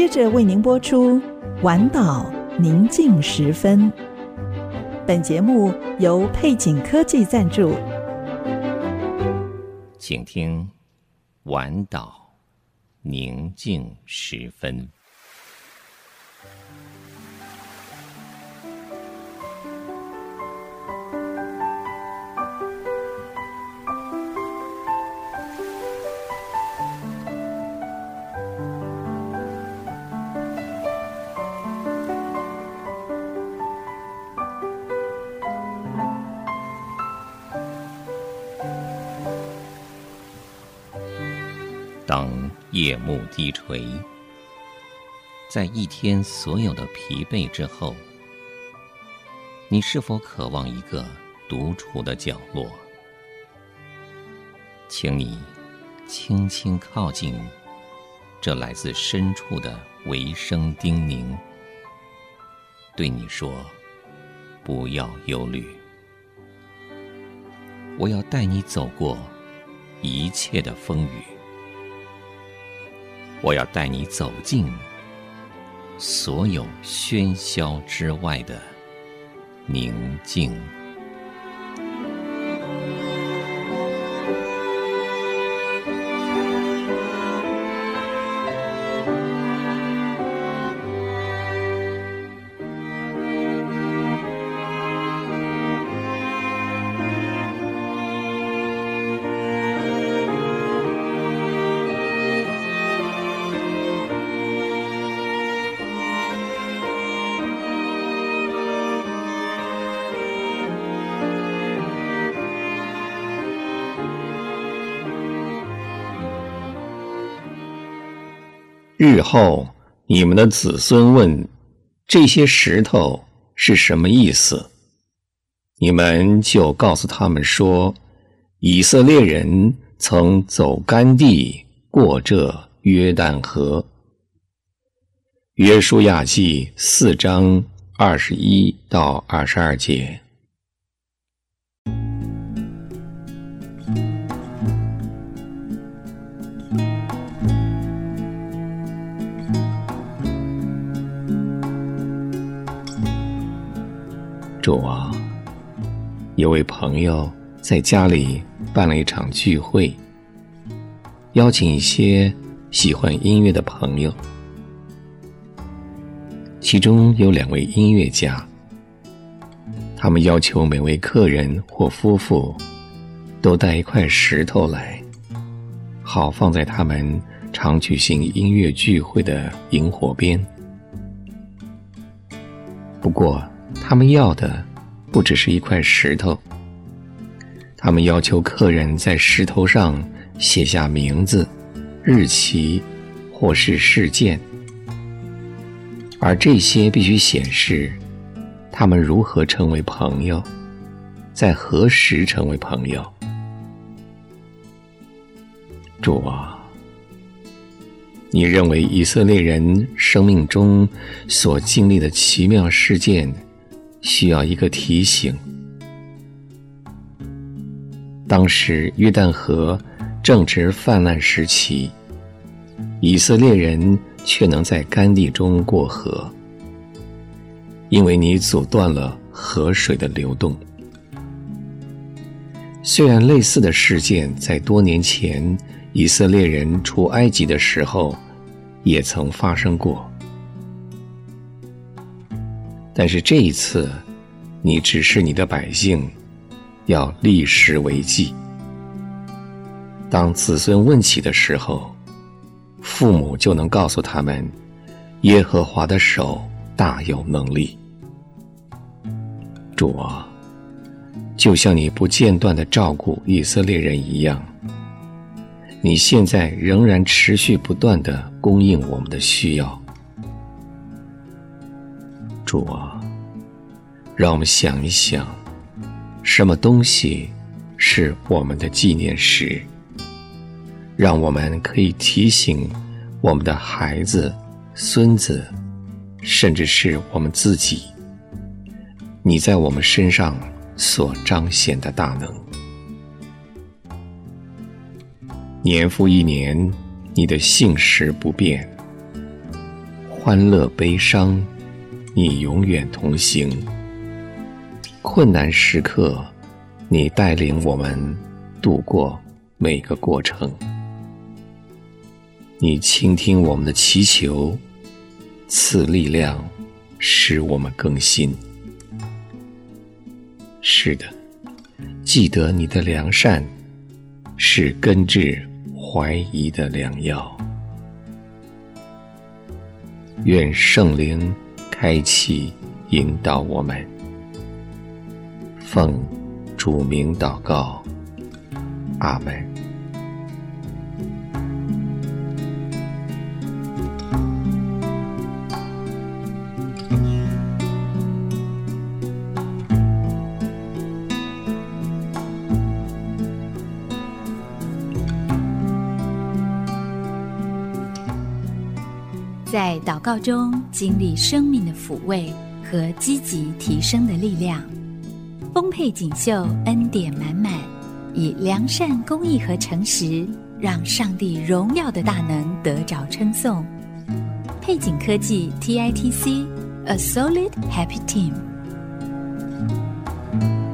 接着为您播出晚岛宁静时分。本节目由配景科技赞助， 请听晚岛宁静时分。当夜幕低垂，在一天所有的疲惫之后，你是否渴望一个独处的角落？请你轻轻靠近这来自深处的微声叮咛，对你说：不要忧虑，我要带你走过一切的风雨，我要带你走进所有喧嚣之外的宁静。 日后你们的子孙问这些石头是什么意思，你们就告诉他们说，以色列人曾走干地过这约旦河。约书亚记4章21到22节。主啊，有位朋友在家里办了一场聚会，邀请一些喜欢音乐的朋友，其中有2位音乐家。他们要求每位客人或夫妇都带一块石头来，好放在他们常举行音乐聚会的营火边。不过他们要的不只是一块石头，他们要求客人在石头上写下名字、日期或是事件，而这些必须显示他们如何成为朋友，在何时成为朋友。主啊，你认为以色列人生命中所经历的奇妙事件需要一个提醒。当时约旦河正值泛滥时期，以色列人却能在干地中过河，因为你阻断了河水的流动。虽然类似的事件在多年前以色列人出埃及的时候也曾发生过，但是这一次你指示你的百姓要立时为记。当子孙问起的时候，父母就能告诉他们，耶和华的手大有能力。主啊，就像你不间断地照顾以色列人一样，你现在仍然持续不断地供应我们的需要。主啊，让我们想一想，什么东西是我们的纪念石，让我们可以提醒我们的孩子、孙子，甚至是我们自己，你在我们身上所彰显的大能。年复一年，你的信实不变， 欢乐悲伤，你永远同行。困难时刻，你带领我们度过每个过程。你倾听我们的祈求，赐力量，使我们更新。是的，记得你的良善，是根治怀疑的良药。愿圣灵开启引导我们。奉主名祷告，阿们。 在祷告中经历生命的抚慰和积极提升的力量，丰沛锦绣，恩典满满，以良善、公义和诚实，让上帝荣耀的大能得着称颂。配景科技 TITC，A Solid Happy Team。